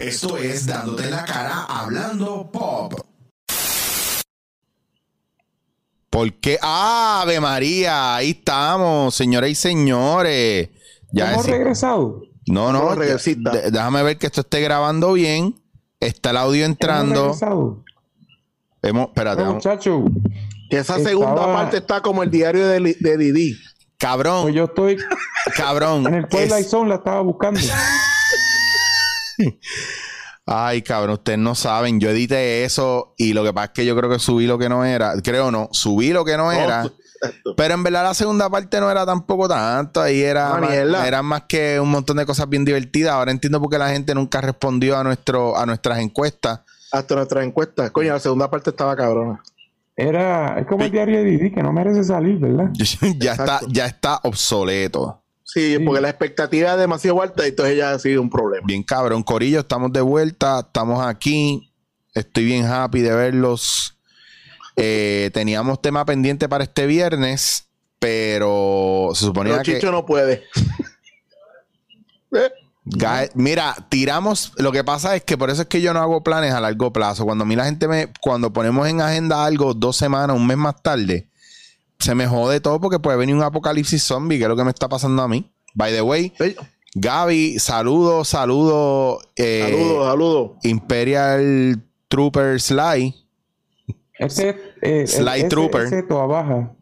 Esto es Dándote en la Cara Hablando Pop. ¿Por qué? ¡Ave María! Ahí estamos, señoras y señores. Ya ¿hemos regresado? No, déjame ver que esto esté grabando bien. Está el audio entrando. Espérate. Muchacho, que esa segunda parte está como el diario de Didi. Cabrón. Pues yo estoy... Cabrón. En el Twilight Zone la estaba buscando. Ay, cabrón, ustedes no saben. Yo edité eso y lo que pasa es que yo creo que subí lo que no era. Subí lo que no era. Pero en verdad la segunda parte no era tampoco tanto. Ahí era más que un montón de cosas bien divertidas. Ahora entiendo por qué la gente nunca respondió a nuestras encuestas. Hasta nuestras encuestas. Coño, la segunda parte estaba cabrona. Es como el diario de Didi, que no merece salir, ¿verdad? ya está obsoleto. Sí, porque la expectativa es demasiado alta y entonces ya ha sido un problema. Bien cabrón, corillo, estamos de vuelta, estamos aquí. Estoy bien happy de verlos. Teníamos tema pendiente para este viernes, pero se suponía que... Chicho no puede. Mira, tiramos... Lo que pasa es que por eso es que yo no hago planes a largo plazo. Cuando a mí la gente cuando ponemos en agenda algo 2 semanas, un mes más tarde, se me jode todo porque puede venir un apocalipsis zombie, que es lo que me está pasando a mí. By the way, Gaby, saludos. Saludos. Imperial Trooper Sly. Sly Trooper. Ese toa baja.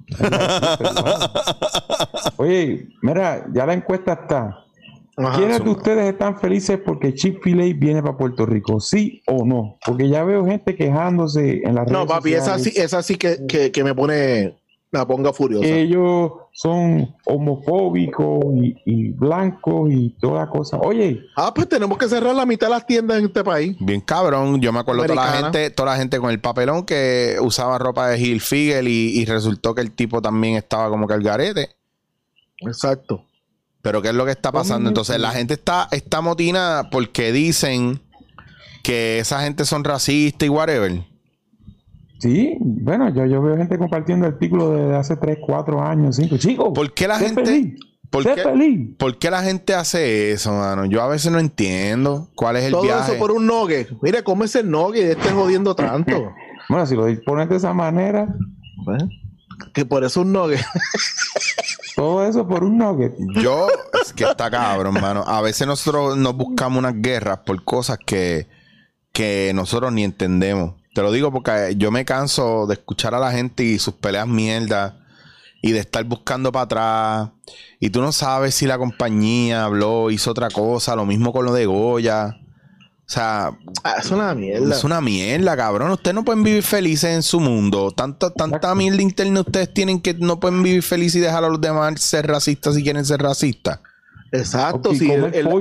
Oye, mira, ya la encuesta está. ¿Quiénes de ustedes están felices porque Chick-fil-A viene para Puerto Rico? ¿Sí o no? Porque ya veo gente quejándose en las redes sociales. No, papi, esa sí que me pone... La ponga furiosa. Ellos son homofóbicos y blancos y toda cosa. Oye. Pues tenemos que cerrar la mitad de las tiendas en este país. Bien cabrón. Yo me acuerdo toda la gente con el papelón que usaba ropa de Hilfiger y resultó que el tipo también estaba como que al garete. Exacto. Pero ¿qué es lo que está pasando? Entonces la gente está motina porque dicen que esa gente son racistas y whatever. Sí, bueno, yo veo gente compartiendo artículos de hace 3, 4 años, 5. Chicos, ¿por qué la gente... ¿Por qué la gente hace eso, mano? Yo a veces no entiendo cuál es el viaje. Todo eso por un nugget. Mire, ¿cómo es el nugget? Jodiendo tanto. Bueno, si lo pones de esa manera... Que por eso un nugget. Todo eso por un nugget. Es que está cabrón, mano. A veces nosotros nos buscamos unas guerras por cosas que nosotros ni entendemos. Te lo digo porque yo me canso de escuchar a la gente y sus peleas mierda y de estar buscando para atrás. Y tú no sabes si la compañía habló, hizo otra cosa. Lo mismo con lo de Goya. O sea... es una mierda. Es una mierda, cabrón. Ustedes no pueden vivir felices en su mundo. Tanta mierda interna ustedes tienen que no pueden vivir felices y dejar a los demás ser racistas si quieren ser racistas. Exacto. Si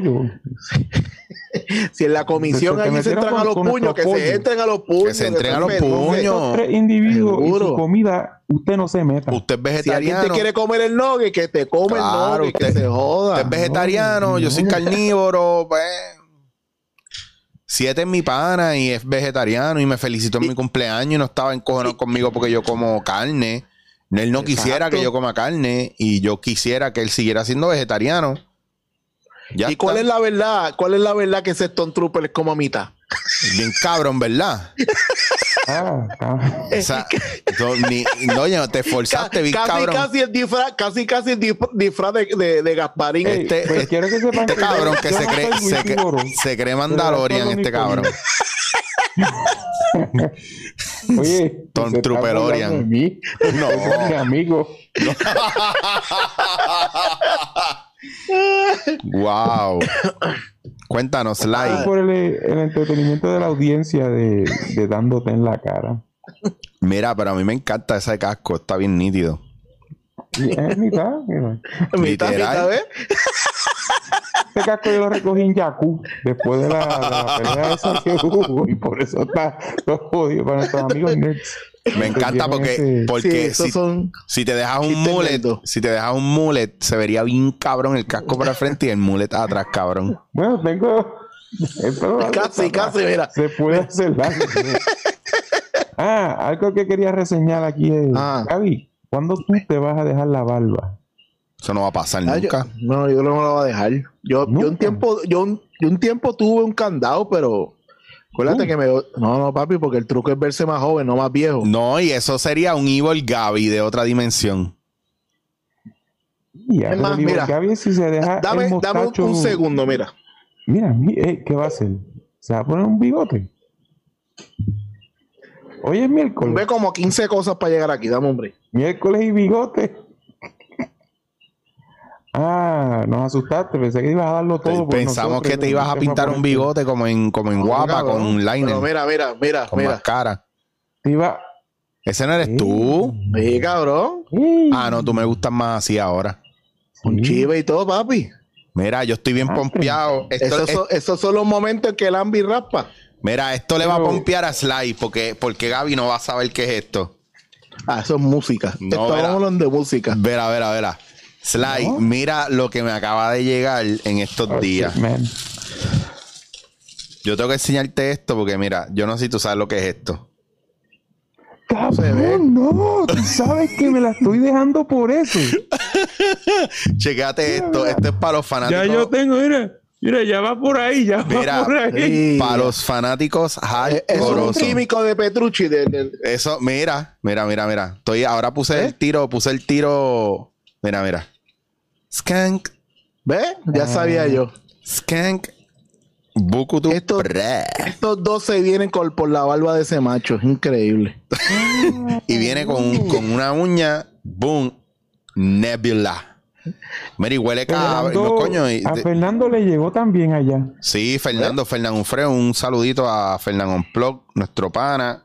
si en la comisión allí se entran a los puños, que se entren a los puños. Que se entren a los puños. Estos 3 individuos y su comida, usted no se meta. Usted es vegetariano. Si alguien te quiere comer el nugget, que te come el nugget, que se joda. Usted es vegetariano, yo soy carnívoro, pues... 7 es mi pana y es vegetariano y me felicitó en mi cumpleaños y no estaba encojonado conmigo porque yo como carne. Él no quisiera que yo coma carne y yo quisiera que él siguiera siendo vegetariano. ¿Y cuál es la verdad? ¿Cuál es la verdad que ese Stone Trooper es como a mitad? Bien cabrón, ¿verdad? No, te esforzaste, bien cabrón. Casi el disfraz de Gasparín. Pues quiero que sepan este cabrón que se cree Mandalorian, este cabrón. Oye, Stone Trooperorian. No, es mi amigo. No. Wow. Cuéntanos, Sly. Por el entretenimiento de la audiencia de Dándote en la Cara. Mira, pero a mí me encanta ese casco. Está bien nítido. Es mitad. Mitad, ¿eh? Este casco yo lo recogí en Yaku después de la pelea esa que hubo y por eso está todo jodido para nuestros amigos nerds. Me encanta porque si te dejas un mullet, se vería bien cabrón el casco para el frente y el mullet atrás, cabrón. Bueno, tengo casi, mira. Se puede hacer largo. Algo que quería reseñar aquí es, Gaby, ¿cuándo tú te vas a dejar la barba? Eso no va a pasar nunca. Yo no lo voy a dejar. Yo un un tiempo tuve un candado, pero acuérdate que no, papi, porque el truco es verse más joven, no más viejo. No, y eso sería un Evil Gaby de otra dimensión. Ya, Es más, mira, Gaby, si se deja dame un segundo, mira. Mira, ¿qué va a hacer? ¿Se va a poner un bigote? Hoy es miércoles. Ve como 15 cosas para llegar aquí, dame hombre. Miércoles y bigote. Nos asustaste, pensé que ibas a darlo todo. Pensamos que te ibas a pintar un bigote como en Guapa, cabrón, con un liner. Pero mira. Con máscara. Iba... Ese no eres tú. Sí, cabrón. No, tú me gustas más así ahora. Con chiva y todo, papi. Mira, yo estoy bien pompeado. Esos son los momentos en que el Ambi raspa. Mira, esto le va a pompear a Sly porque Gaby no va a saber qué es esto. Eso es música. Estamos hablando de música. Verá. Sly, mira lo que me acaba de llegar en estos días. Man. Yo tengo que enseñarte esto porque mira, yo no sé si tú sabes lo que es esto. Cabrón, no, tú sabes que me la estoy dejando por eso. Chequéate esto es para los fanáticos. Ya yo tengo, mira, ya va por ahí, va por ahí. Para los fanáticos es un químico de Petrucci. Eso, mira. Ahora puse el tiro. Mira. Skank. ¿Ves? Ya sabía yo. Skank. Bukutu. Estos dos se vienen por la barba de ese macho. Es increíble. Y viene con una uña. Boom. Nebula. Mary huele cabrón. No, coño. A Fernando le llegó también allá. Sí, Fernando Unfreo. Un saludito a Fernando Unplug, nuestro pana.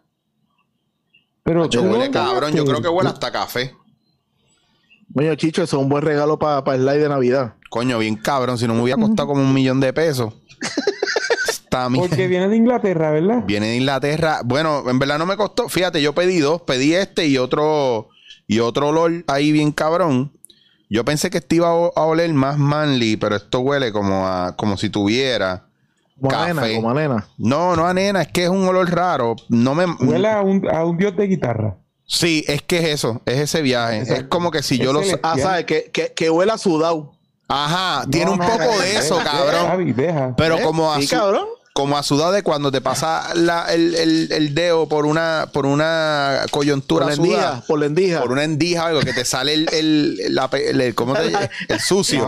Pero huele cabrón. Yo creo que huele hasta café. Coño, Chicho, eso es un buen regalo para el live de Navidad. Coño, bien cabrón. Si no me hubiera costado como $1,000,000. Porque viene de Inglaterra, ¿verdad? Viene de Inglaterra. Bueno, en verdad no me costó. Fíjate, yo pedí dos. Pedí este y otro olor ahí bien cabrón. Yo pensé que este iba a oler más manly, pero esto huele como si tuviera café. Como a nena. No a nena. Es que es un olor raro. Huele a un dios de guitarra. Sí, es que es eso. Es ese viaje. Exacto. Es como que si yo lo... ¿sabes? Que huele a sudado. Ajá. Tiene un poco de eso, cabrón. Pero como a... Sí, cabrón. Como a sudado de cuando te pasa el dedo por una coyuntura sudada. Por la endija. Por una endija, algo que te sale el sucio.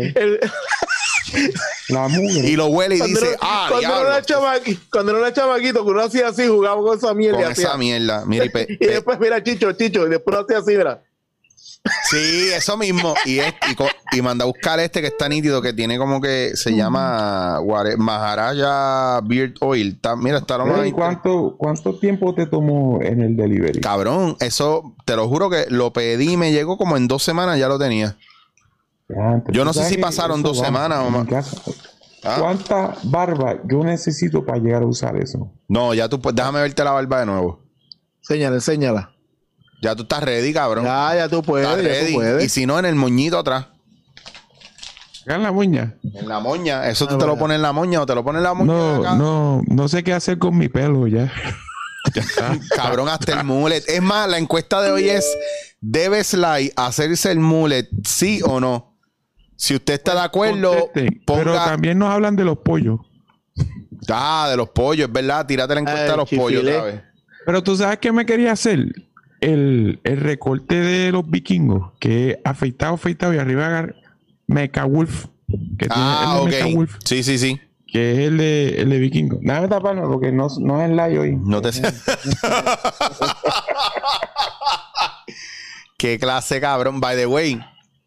La mugre. Y lo huele y dice, cuando era chamaquito, que uno hacía así, jugaba con esa mierda. Con esa mierda. Mira, y después, mira, Chicho, y después hacía así, mira. Sí, eso mismo. Y manda a buscar este que está nítido, que tiene como que se llama Maharaja Beard Oil. Mira, está lo más. ¿Cuánto tiempo te tomó en el delivery? Cabrón, eso te lo juro que lo pedí y me llegó como en 2 semanas, ya lo tenía. Yo no sé si pasaron 2 semanas o más. ¿Cuánta barba yo necesito para llegar a usar eso? No, ya tú déjame verte la barba de nuevo. Enséñala. Ya tú estás ready, cabrón. Ya tú puedes. Y si no, en el moñito atrás. ¿En la moña? En la moña. ¿Eso tú te lo pones en la moña o te lo pones en la moña? No sé qué hacer con mi pelo ya. Cabrón, hasta el mullet. Es más, la encuesta de hoy es: ¿debe Sly hacerse el mullet, sí o no? Si usted está de acuerdo, pero también nos hablan de los pollos. De los pollos, es verdad. Tírate la encuesta de los pollos otra vez. Pero tú sabes qué me quería hacer. El recorte de los vikingos, que es afeitado y arriba Mecha Wolf. Que ok. Mecha Wolf, sí. que es el de vikingo. Nada, taparlo porque no es live hoy. No te Qué clase, cabrón. By the way,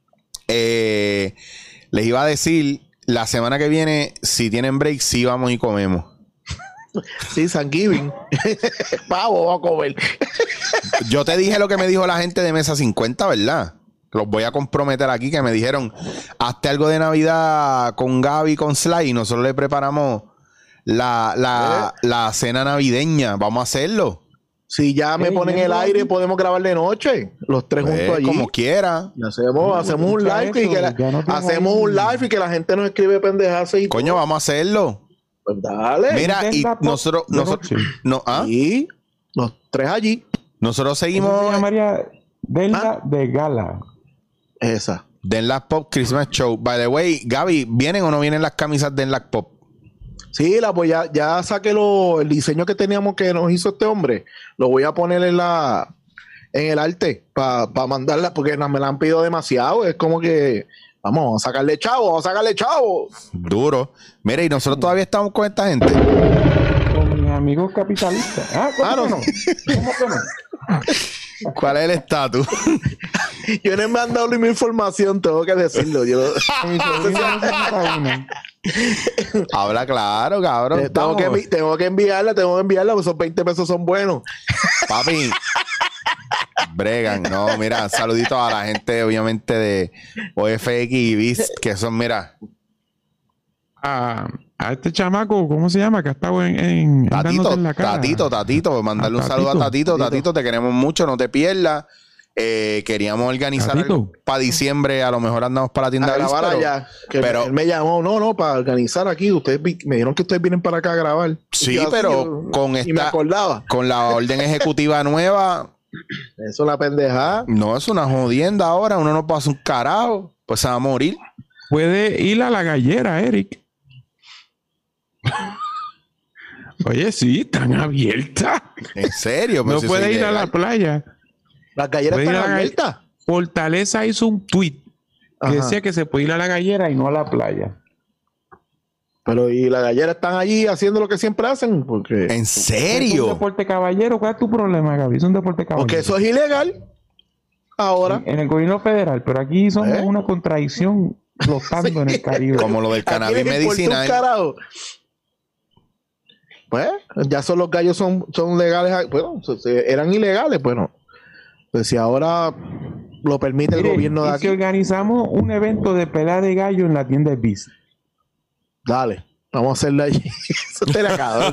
les iba a decir, la semana que viene, si tienen break, sí vamos y comemos. Sí, Thanksgiving. Pavo, vamos a comer. Yo te dije lo que me dijo la gente de Mesa 50, ¿verdad? Los voy a comprometer aquí, que me dijeron, hazte algo de Navidad con Gaby, con Sly, y nosotros le preparamos la cena navideña. Vamos a hacerlo. Si ya me ponen el aire, podemos grabar de noche. Los tres juntos allí. Como quiera. Hacemos un live y que la gente nos escribe pendejadas. Coño, vamos a hacerlo. Pues dale. Mira, y nosotros y los tres allí. Nosotros seguimos. Se llamaría Denla de Gala. Esa. Denlac Pop Christmas Show. By the way, Gaby, ¿vienen o no vienen las camisas de Denlac Pop? Sí, pues ya saqué el diseño que teníamos que nos hizo este hombre. Lo voy a poner en el arte para mandarla, porque me la han pedido demasiado. Es como que vamos a sacarle chavo. Duro. Mira, y nosotros todavía estamos con esta gente. Con mis amigos capitalistas. ¿Cómo que no? ¿Cómo que no? ¿Cuál es el estatus? Yo no me han dado mi información, tengo que decirlo. Habla claro, cabrón. Tengo que enviarla, porque esos 20 pesos son buenos. Papi, bregan. No, mira, saluditos a la gente, obviamente, de OFX y BIS, que son, mira. A este chamaco, ¿cómo se llama? Que ha estado en Tatito, en la cara. Tatito, mandarle un saludo a Tatito, te queremos mucho, no te pierdas. Queríamos organizar para diciembre, a lo mejor andamos para la tienda de grabar allá. Pero él me llamó, no, para organizar aquí. Ustedes me dijeron que ustedes vienen para acá a grabar. Sí, pero con la orden ejecutiva nueva. Eso es la pendejada. No, es una jodienda ahora. Uno no puede hacer un carajo. Pues se va a morir. Puede ir a la gallera, Eric. Oye, sí, están abiertas. ¿En serio? No puede ir a la playa. ¿Las galleras están abiertas? Fortaleza hizo un tweet que decía que se puede ir a la gallera y no a la playa. Pero ¿y las galleras están allí haciendo lo que siempre hacen? Porque ¿en serio? Es un deporte caballero. ¿Cuál es tu problema, Gaby? Es un deporte caballero. Porque eso es ilegal. Ahora. En el gobierno federal. Pero aquí somos una contradicción flotando en el Caribe. Como lo del cannabis medicinal. Pues ya son los gallos son legales. Bueno, eran ilegales. Bueno, pues si ahora lo permite el gobierno de aquí. Si organizamos un evento de pelea de gallo en la tienda de BIS. Dale, vamos a hacerlo allí. Eso estaría cabrón.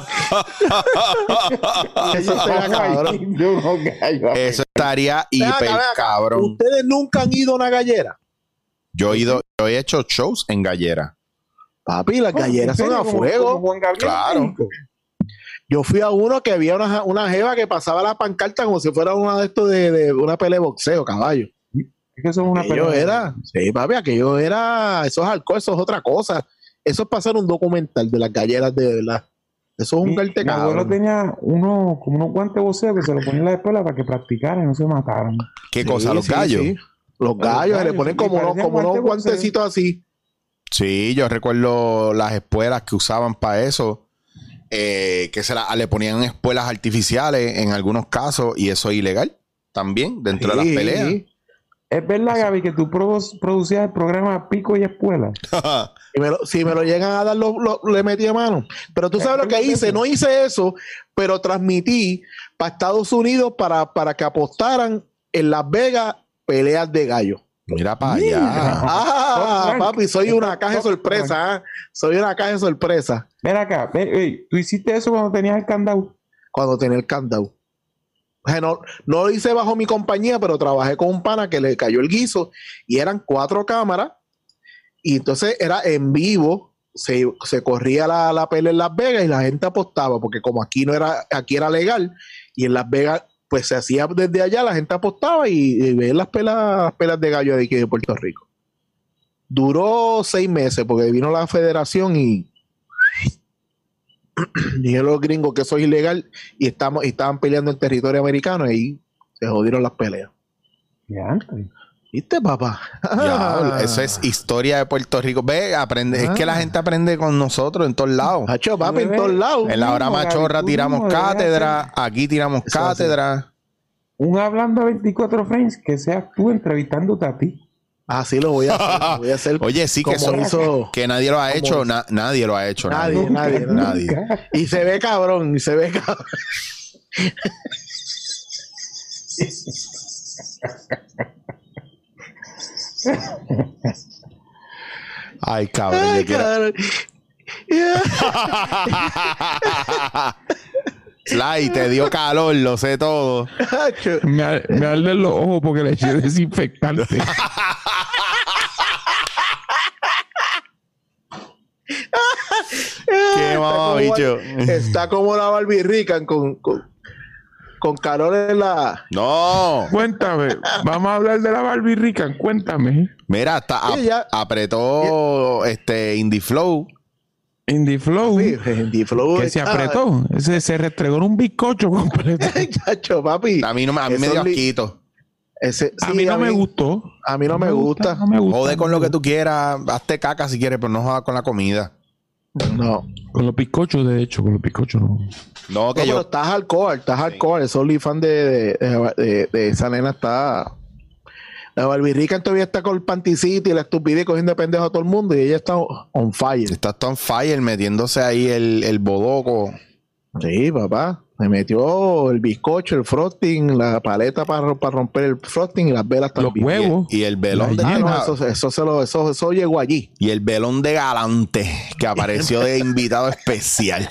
Eso estaría hiper cabrón. ¿Ustedes nunca han ido a una gallera? Yo he hecho shows en gallera. Papi, las galleras son a fuego. Claro. Yo fui a uno que había una jeva que pasaba la pancarta como si fuera una de estos de una pelea de boxeo, caballo. Eso es una pelea. Sí, papi, aquello era. Eso es alcohol, eso es otra cosa. Eso es pasar un documental de las galleras de verdad. Eso es un cartel. Mi abuelo tenía como unos guantes de boxeo que se lo ponía en la escuela para que practicaran y no se mataran. ¿Qué cosa? ¿Los gallos? Sí. Los gallos se le ponen como unos guantecitos así. Sí, yo recuerdo las espuelas que usaban para eso. Que le ponían espuelas artificiales en algunos casos y eso es ilegal también dentro de las peleas. Sí. Es verdad, Gaby, que tú producías el programa Pico y Espuela. Si me lo llegan a dar, le metí a mano. Pero tú sabes lo que hice. No hice eso, pero transmití para Estados Unidos para que apostaran en Las Vegas peleas de gallo. Mira para allá. Papi, soy una caja de sorpresa. Soy una caja de sorpresa. Ven acá. ¿Tú hiciste eso cuando tenías el candado? Cuando tenía el candado. O sea, no lo hice bajo mi compañía, pero trabajé con un pana que le cayó el guiso y eran 4 cámaras y entonces era en vivo, se corría la pelea en Las Vegas y la gente apostaba, porque como aquí era legal y en Las Vegas pues se hacía desde allá, la gente apostaba y veía las pelas de gallo de aquí de Puerto Rico. Duró 6 meses porque vino la federación y dijeron los gringos que eso es ilegal y estaban peleando en territorio americano y ahí se jodieron las peleas. ¿Viste, papá? Ya, eso es historia de Puerto Rico. Ve, aprende. Es que la gente aprende con nosotros en todos lados. Hacho, papi, en todos lados. En la hora machorra tiramos cátedra, aquí tiramos cátedra. Un hablando a 24 frames que seas tú entrevistándote a ti. Sí lo voy a hacer. Oye, sí, que eso que nadie lo ha hecho. Nadie lo ha hecho. Nadie. Y se ve cabrón. Ay, cabrón. Sly, te dio calor, lo sé todo. Me arden los ojos porque le eché desinfectante. Qué mamá, bicho. Está como la Barbie Rican con calor en la... No. Cuéntame. Vamos a hablar de la Barbie Rican. Cuéntame. Mira, apretó Indie Flow Indie Flow. Sí, Indie Flow. Que se apretó. Ese se restregó en un bizcocho completo. Chacho, papi. A mí me dio asquito. A mí no me gustó. A mí no me gusta. No me gusta. Jode con lo que tú quieras. Hazte caca si quieres, pero no jodas con la comida. No. Con los bizcochos, de hecho, con los bizcochos no. No, que Pero estás hardcore. Ese OnlyFans de esa nena está... La Barbie Rican todavía está con el panticito y la estupidez cogiendo de pendejo a todo el mundo y ella está on fire. Está on fire metiéndose ahí el bodoco. Sí, papá. Me metió el bizcocho, el frosting, la paleta para romper el frosting y las velas también. Los huevos. Y el velón de eso llegó allí. Y el velón de galante que apareció de invitado especial.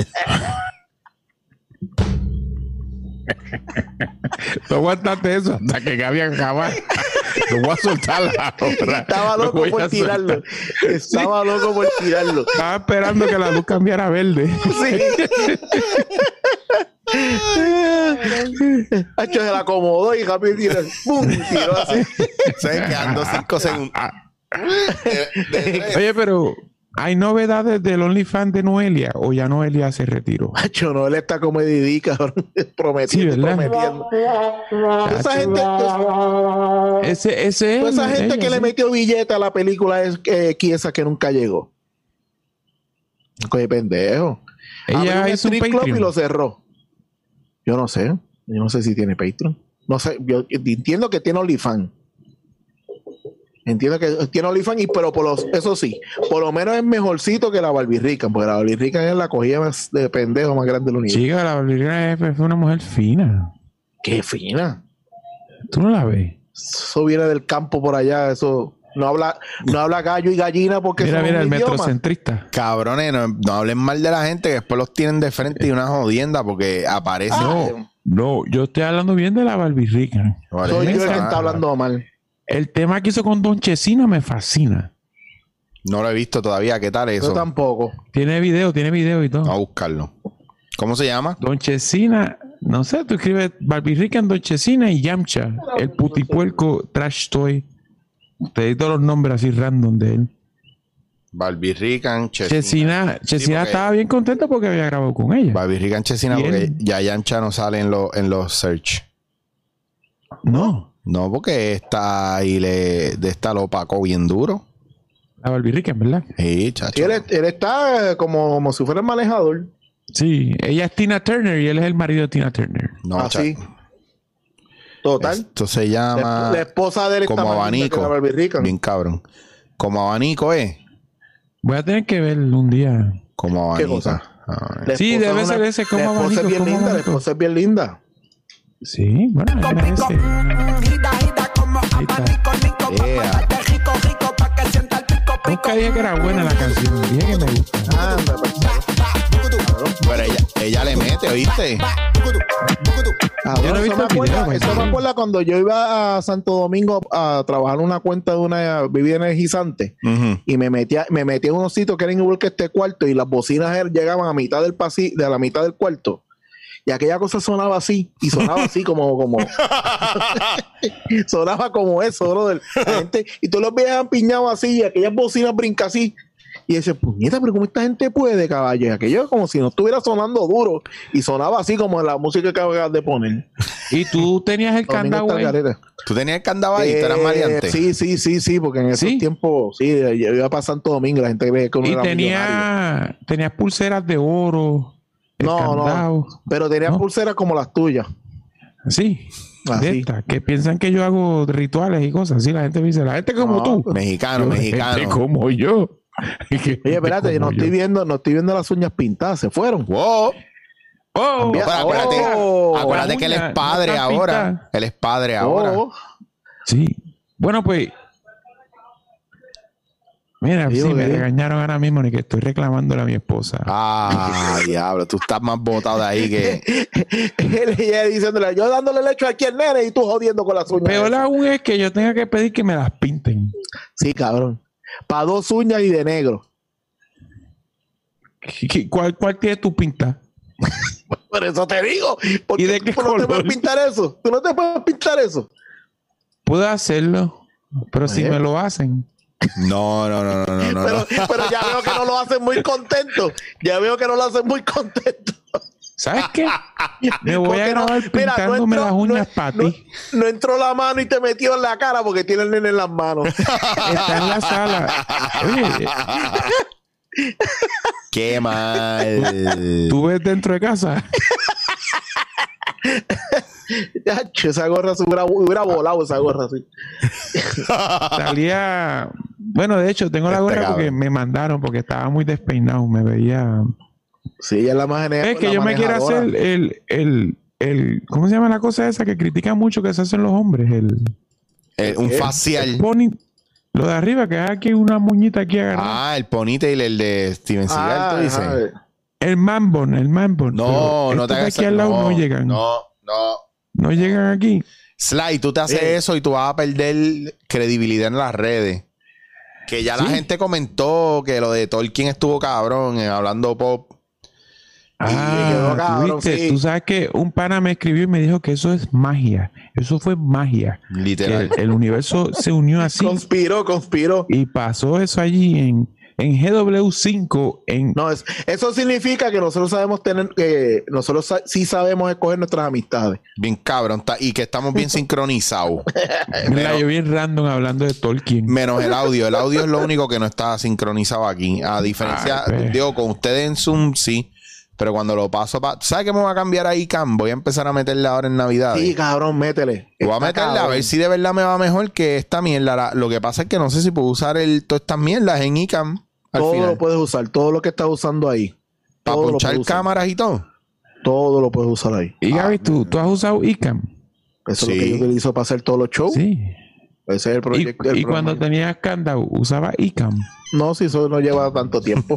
No aguantaste eso hasta que Gaby acaba. Lo voy a soltar ahora. Estaba loco por tirarlo. Estaba esperando que la luz cambiara a verde. Sí. Hacho se la acomodó y rápido tiró así. Se quedando 5 segundos. Oye, pero ¿hay novedades del OnlyFans de Noelia o ya Noelia se retiró? Hacho, no, él está como Didi, cabrón. Prometiendo. Esa gente, esa gente que le metió billete a la película es esa que nunca llegó. Coge pendejo. Ella hizo un strip club Patreon y lo cerró. Yo no sé si tiene Patreon. No sé, yo entiendo que tiene OnlyFans. Entiendo que tiene OnlyFans, pero eso sí, por lo menos es mejorcito que la Barbie Rican, porque la Barbie Rican es la cogida más de pendejo más grande del universo. Chica, la Barbie Rican fue una mujer fina. Qué fina. ¿Tú no la ves? Eso viene del campo por allá, eso no habla gallo y gallina porque mira el idioma. metrocentrista. Cabrones, no hablen mal de la gente que después los tienen de frente y una jodienda porque aparece. No, yo estoy hablando bien de la Barbie Rican. Soy yo el que está hablando mal. El tema que hizo con Don Chesina me fascina. No lo he visto todavía. ¿Qué tal eso? Yo tampoco. Tiene video y todo. Vamos a buscarlo. ¿Cómo se llama? Don Chesina, no sé, tú escribes Barbie Rican, Don Chesina y Yamcha, el putipuerco trash toy. Te di todos los nombres así random de él. Barbie Rican, Chesina. Chesina estaba bien contenta porque había grabado con ella. Barbie Rican, Chesina, porque ya Yamcha no sale en los search. No, porque esta ahí de esta lo opacó bien duro. La Barbie Rican, ¿verdad? Sí, chacho. Sí, él está como si fuera el manejador. Sí, ella es Tina Turner y él es el marido de Tina Turner. No, así. Total. Esto se llama... La esposa de él está como abanico. la Barbie Rican. Bien cabrón. Como abanico, Voy a tener que verlo un día. Como abanico. ¿Qué cosa? Sí, debe ser ese como abanico. La esposa es bien linda. Sí, bueno, era ese. Nunca dije que era buena la canción. Dije que me gusta. Pero ella le mete, ¿oíste? Yo no he visto el video. Eso me acuerda cuando yo iba a Santo Domingo a trabajar una cuenta de una bebida energizante y me metía en unos sitios que eran igual que este cuarto y las bocinas llegaban a mitad del pasillo, de la mitad del cuarto. Y aquella cosa sonaba así, y sonaba así como sonaba como eso, brother. La gente, y todos los viejos piñados así, y aquellas bocinas brincan así. Y dice, puñeta, pero ¿cómo esta gente puede, caballo? Y aquello como si no estuviera sonando duro, y sonaba así como la música que acabas de poner. ¿Y tú tenías el candado ahí? ¿Tú tenías el candado ahí? ¿Tú eras maleante? Sí, porque en esos tiempos, sí, yo iba para Santo Domingo, la gente veía que uno y era millonario. tenías pulseras de oro. No, pero tenía pulseras como las tuyas. Sí, así. de estas, que piensan que yo hago rituales y cosas así. La gente me dice, la gente como tú. Mexicano. Gente como yo. Oye, espérate, no estoy viendo las uñas pintadas, se fueron. ¡Wow! Acuérdate que él es padre ahora. Él es padre ahora. Sí. Bueno, pues. Mira, sí, me regañaron ahora mismo ni que estoy reclamándole a mi esposa. Ah, diablo, tú estás más botado de ahí que... Ella diciéndole, yo dándole lecho aquí al nene y tú jodiendo con las uñas. Peor aún es que yo tenga que pedir que me las pinten. Sí, cabrón. Para 2 uñas y de negro. ¿Cuál tienes tu pinta? Por eso te digo. ¿Por ¿Y qué de qué tú no te puedes pintar eso? ¿Tú no te puedes pintar eso? Puedo hacerlo, pero si me lo hacen... No. Pero ya veo que no lo hacen muy contento. ¿Sabes qué? Me voy a grabar mira, pintándome las uñas para ti. No entró la mano y te metió en la cara porque tiene el nene en las manos. Está en la sala. Oye, Qué mal. ¿tú ves dentro de casa? Esa gorra se hubiera volado, esa gorra así. Salía... Bueno, de hecho, tengo la gorra porque me mandaron, porque estaba muy despeinado. Me veía... Sí, ella es la más Es que yo me quiero hacer el ¿cómo se llama la cosa esa que critican mucho que se hacen los hombres? Un facial. Lo de arriba, que hay aquí una muñita aquí agarrada. El ponytail, el de Steven Seagal, tú dices. El man bun. No te hagas aquí al lado no llegan. No llegan aquí. Sly, tú te haces eso y tú vas a perder credibilidad en las redes. Que ya la gente comentó que lo de Tolkien estuvo cabrón hablando pop. quedó cabrón, sí. Tú sabes que un pana me escribió y me dijo que eso es magia. Eso fue magia. Literal. El universo se unió así. Conspiró. Y pasó eso allí en GW5. No, eso significa que nosotros sabemos sí sabemos escoger nuestras amistades. Bien cabrón. Y que estamos bien sincronizados. Mira, yo bien random hablando de Tolkien. Menos el audio. El audio es lo único que no está sincronizado aquí. A diferencia, digo, con ustedes en Zoom, sí. Pero cuando lo paso ¿sabes qué me va a cambiar ahí, Cam? Voy a empezar a meterle ahora en Navidad. Sí, cabrón, métele. Voy a meterle a ver si de verdad me va mejor que esta mierda. Lo que pasa es que no sé si puedo usar todas estas mierdas en iCam. Todo lo puedes usar. Todo lo que estás usando ahí. Para ponchar cámaras y todo. Todo lo puedes usar ahí. Y Gaby, ¿tú has usado iCam? Eso es lo que yo utilizo para hacer todos los shows. Sí. Ese es el proyecto. Y cuando tenías candado, ¿usaba iCam? No, si eso no lleva tanto tiempo.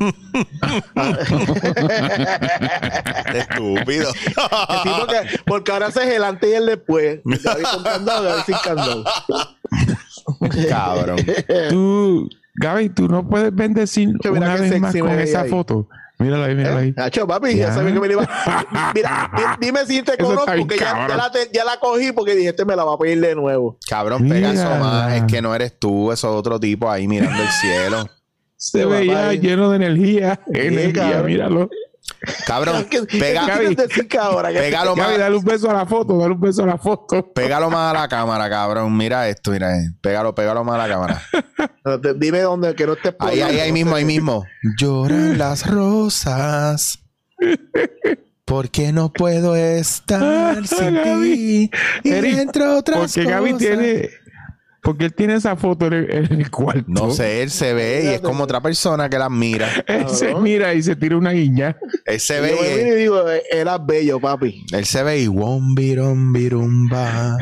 Estúpido. Sí, porque ahora haces el antes y el después. Gaby con candado, Gaby sin candado. Cabrón. Gaby, tú no puedes bendecir una vez más con esa foto. Mírala ahí. Nacho, papi, ya sabía que me iba. Mira, dime si te conozco, porque ya la cogí porque dije, me la va a pedir de nuevo. Cabrón, pega eso más. Es que no eres tú, eso es otro tipo ahí mirando el cielo. Se veía lleno de energía. Míralo. Cabrón, pégalo más. Gaby, dale un beso a la foto, Pégalo más a la cámara, cabrón. Mira esto, Pégalo más a la cámara. Dime dónde, que no estés por ahí mismo. Lloran las rosas. Porque no puedo estar sin ti. Y entre otras cosas. Porque él tiene esa foto en el cuarto. No sé, él se ve y es como otra persona que las mira. Él se mira y se tira una guiña. Él se ve y digo, era bello, papi. Él se ve y wombirumbirumba.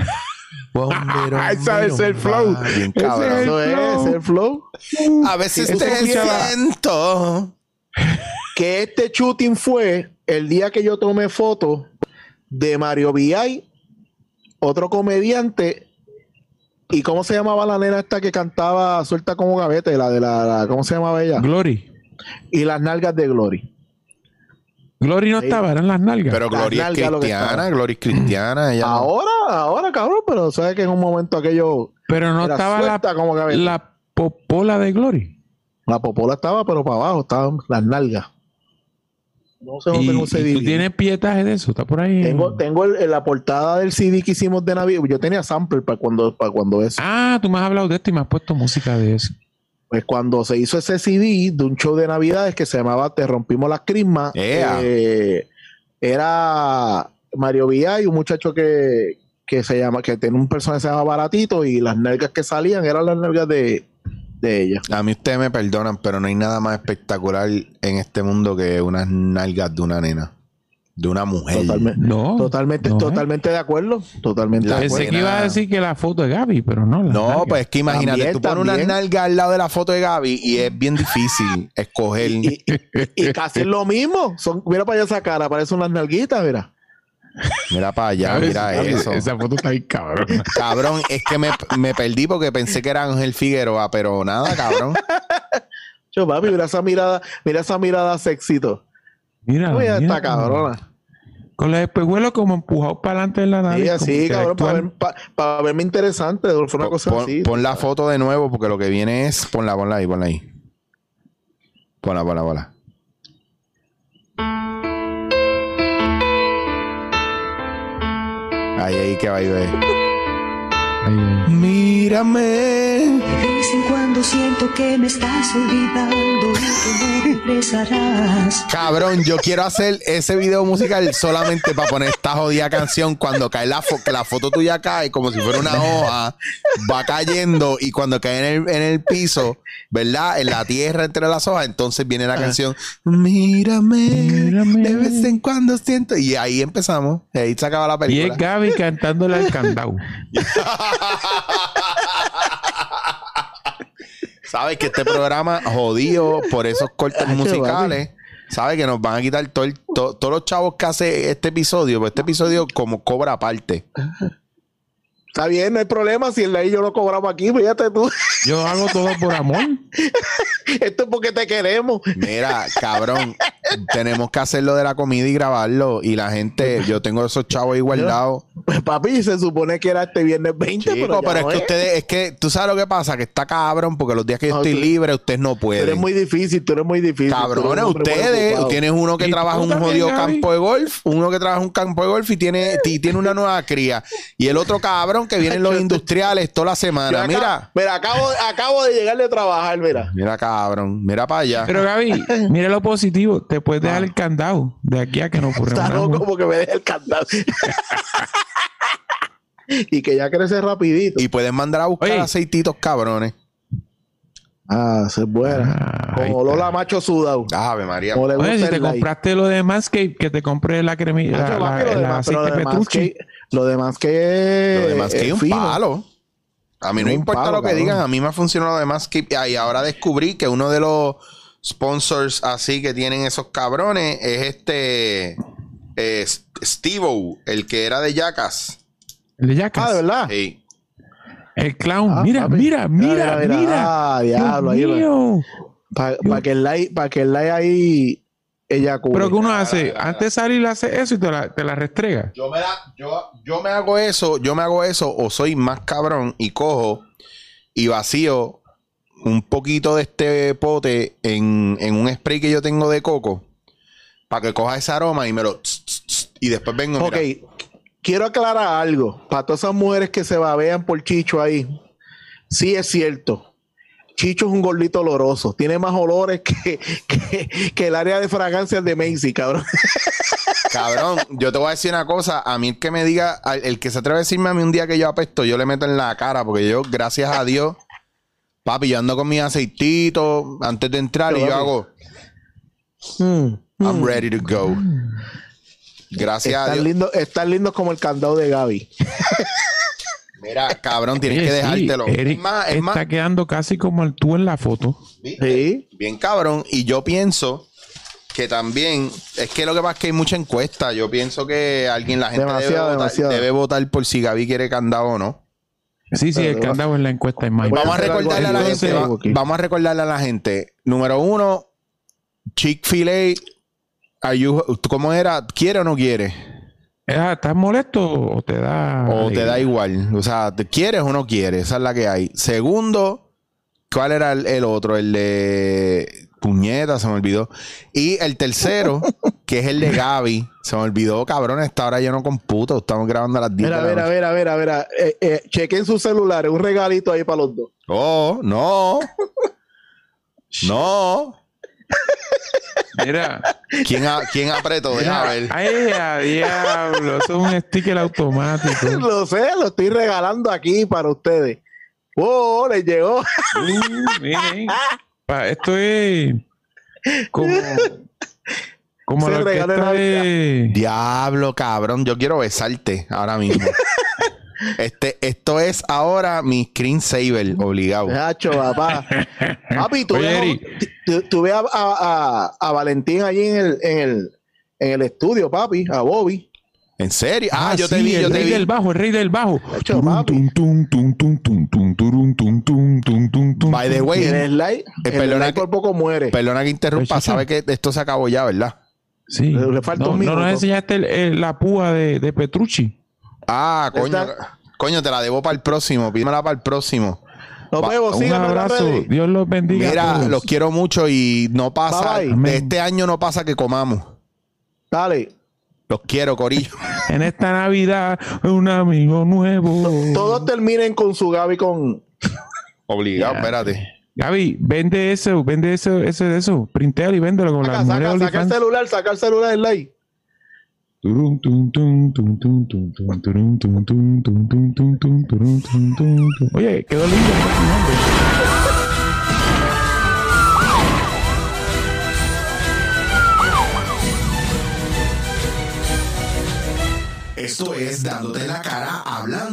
Ese es el flow. Bien cabrón. Eso es el flow. A veces te siento. Que este shooting fue el día que yo tomé fotos de Mario V.I., otro comediante. ¿Y cómo se llamaba la nena esta que cantaba Suelta como Gavete? ¿Cómo se llamaba ella? Glory. Y las nalgas de Glory. Glory no estaba, eran las nalgas. Pero Glory es cristiana, ella ahora, cabrón, pero sabes que en un momento aquello... Pero no estaba la popola de Glory. La popola estaba, pero para abajo estaban las nalgas. No sé dónde no se divide. ¿Tú tienes pietaje de eso? ¿Está por ahí? Tengo la portada del CD que hicimos de Navidad. Yo tenía sample para cuando eso. Ah, tú me has hablado de esto y me has puesto música de eso. Pues cuando se hizo ese CD de un show de Navidades que se llamaba Te Rompimos las Crismas, era Mario Villa y un muchacho que tiene un personaje que se llama Baratito, y las nalgas que salían eran las nalgas de ella. A mí ustedes me perdonan, pero no hay nada más espectacular en este mundo que unas nalgas de una nena, de una mujer. Totalmente de acuerdo. Totalmente de acuerdo. Pensé que iba a decir que la foto de Gaby, pero no. No, pues es que imagínate, tú pones unas nalgas al lado de la foto de Gaby y es bien difícil escoger. Y casi es lo mismo. Mira para allá esa cara, parece unas nalguitas, mira. Mira para allá, mira eso. Esa foto está ahí, cabrón. Cabrón, es que me perdí porque pensé que era Ángel Figueroa, pero nada, cabrón. Yo, papi, mira esa mirada sexito. Mira esta cabrona. Con los espejuelos como empujados para adelante en la nariz. Sí, así, cabrón, intelectual. para verme interesante. Fue una cosa así. Pon la foto de nuevo porque lo que viene es... Ponla ahí. Ponla. Ahí que va a ver. Mírame. De vez en cuando siento que me estás olvidando y que no regresarás. Cabrón, yo quiero hacer ese video musical solamente para poner esta jodida canción cuando cae que la foto tuya cae como si fuera una hoja, va cayendo y cuando cae en el piso, ¿verdad? En la tierra entre las hojas, entonces viene la canción Mírame, de vez en cuando siento. Y ahí empezamos, ahí se acaba la película. Y es Gaby cantándole al candado. Sabes que este programa jodido por esos cortes musicales, sabes que nos van a quitar todos los chavos que hace este episodio, pues este episodio como cobra aparte. Está bien, no hay problema. Si el de ahí yo lo cobramos aquí, fíjate tú. Yo hago todo por amor. Esto es porque te queremos. Mira, cabrón, tenemos que hacerlo de la comida y grabarlo. Y la gente, yo tengo esos chavos ahí guardados. Pues papi, se supone que era este viernes 20. Chico, pero es que ustedes, es que tú sabes lo que pasa, que está cabrón, porque los días que yo estoy libre, ustedes no pueden. Tú eres muy difícil. Cabrones, ustedes, tienes uno que trabaja en un jodido campo de golf, y tiene una nueva cría. Y el otro cabrón que vienen los industriales toda la semana. Mira, acabo de llegar de trabajar, mira. Mira, cabrón, mira para allá. Pero Gaby, mira lo positivo. Te puedes dejar el candado de aquí a que no ocurra nada. Está loco porque me deje el candado. Y que ya crece rapidito. Y pueden mandar a buscar aceititos, cabrones. Se es buena. Con olor a macho sudado. Ave María. Oye, si te compraste lo de Manscaped, que te compré la cremita, el aceite Petrucci. Lo demás que es un palo. A mí no importa lo que digan, a mí me ha funcionado lo de Manscaped. Y ahora descubrí que uno de los sponsors así que tienen esos cabrones es Steve-O, el que era de Jackass. ¿El de Jackass? ¿de verdad? Sí. El clown. Mira. Diablo, ahí para que el like ahí ella cubre. Pero que uno hace, antes de salir hace eso y te la restrega. Yo me hago eso o soy más cabrón y cojo y vacío un poquito de este pote en un spray que yo tengo de coco para que coja ese aroma y me lo y después vengo. Ok, quiero aclarar algo para todas esas mujeres que se babean por Chicho ahí. Sí es cierto. Chicho es un gordito oloroso. Tiene más olores que el área de fragancias de Macy, cabrón. Cabrón, yo te voy a decir una cosa. A mí el que me diga, el que se atreve a decirme a mí un día que yo apesto, yo le meto en la cara. Porque yo, gracias a Dios, papi, yo ando con mis aceititos antes de entrar y yo hago I'm ready to go. Gracias a Dios. Están lindos como el candado de Gaby. Mira, cabrón, tienes que dejártelo. Eric está quedando casi como tú en la foto. Sí. Bien cabrón. Y yo pienso que también, es que lo que pasa es que hay mucha encuesta. Yo pienso que la gente debe votar por si Gaby quiere candado o no. Sí, el candado en la encuesta es más. Vamos a recordarle a la gente. Número 1, Chick-fil-A. ¿Cómo era? ¿Quiere o no quiere? ¿Estás molesto o te da? O te da igual. O sea, ¿te quieres o no quieres? Esa es la que hay. Segundo, ¿cuál era el otro? El de puñeta, se me olvidó. Y el tercero, que es el de Gaby. Se me olvidó, cabrón. A esta hora yo no computo. Estamos grabando a las 10 de la noche. A ver. Chequen sus celulares. Un regalito ahí para los dos. Oh, no. No. Mira. ¿Quién apretó? Deja ver. Ay, a diablo. Eso es un sticker automático. Lo sé, lo estoy regalando aquí para ustedes. ¡Oh! Les llegó. Miren. Esto es como la orquesta de... Diablo, cabrón. Yo quiero besarte ahora mismo. Esto es ahora mi screensaver obligado. Nacho, papá. Papi, tú ves a Valentín allí en el estudio, papi, a Bobby. ¿En serio? Yo te vi. El rey del bajo. Nacho, papi. By the way, el like por poco muere. Perdona que interrumpa, sabe que esto se acabó ya, ¿verdad? Sí. Le falta un minuto. No nos enseñaste la púa de Petrucci. Ah, coño, te la debo para el próximo. Pídemela para el próximo. Nos vemos, Un síganme en las abrazo. redes. Dios los bendiga. a Mira, todos. los quiero mucho y no pasa. Bye, bye. De este año no pasa que comamos. Dale. Los quiero, corillo. En esta Navidad, un amigo nuevo. Todos terminen con su Gaby con... Obligado, Ya. espérate. Gaby, vende eso, de eso. Printéalo y véndelo con las mujeres Saca el OnlyFans. celular el like. Turum, tum, tum, tum, tum, tum, tum, turum, tum, tum, tum, tum, tum, tum, turum, tum, tum, tum. Oye, quedó lindo el nombre. Esto es Dándote la Cara Hablando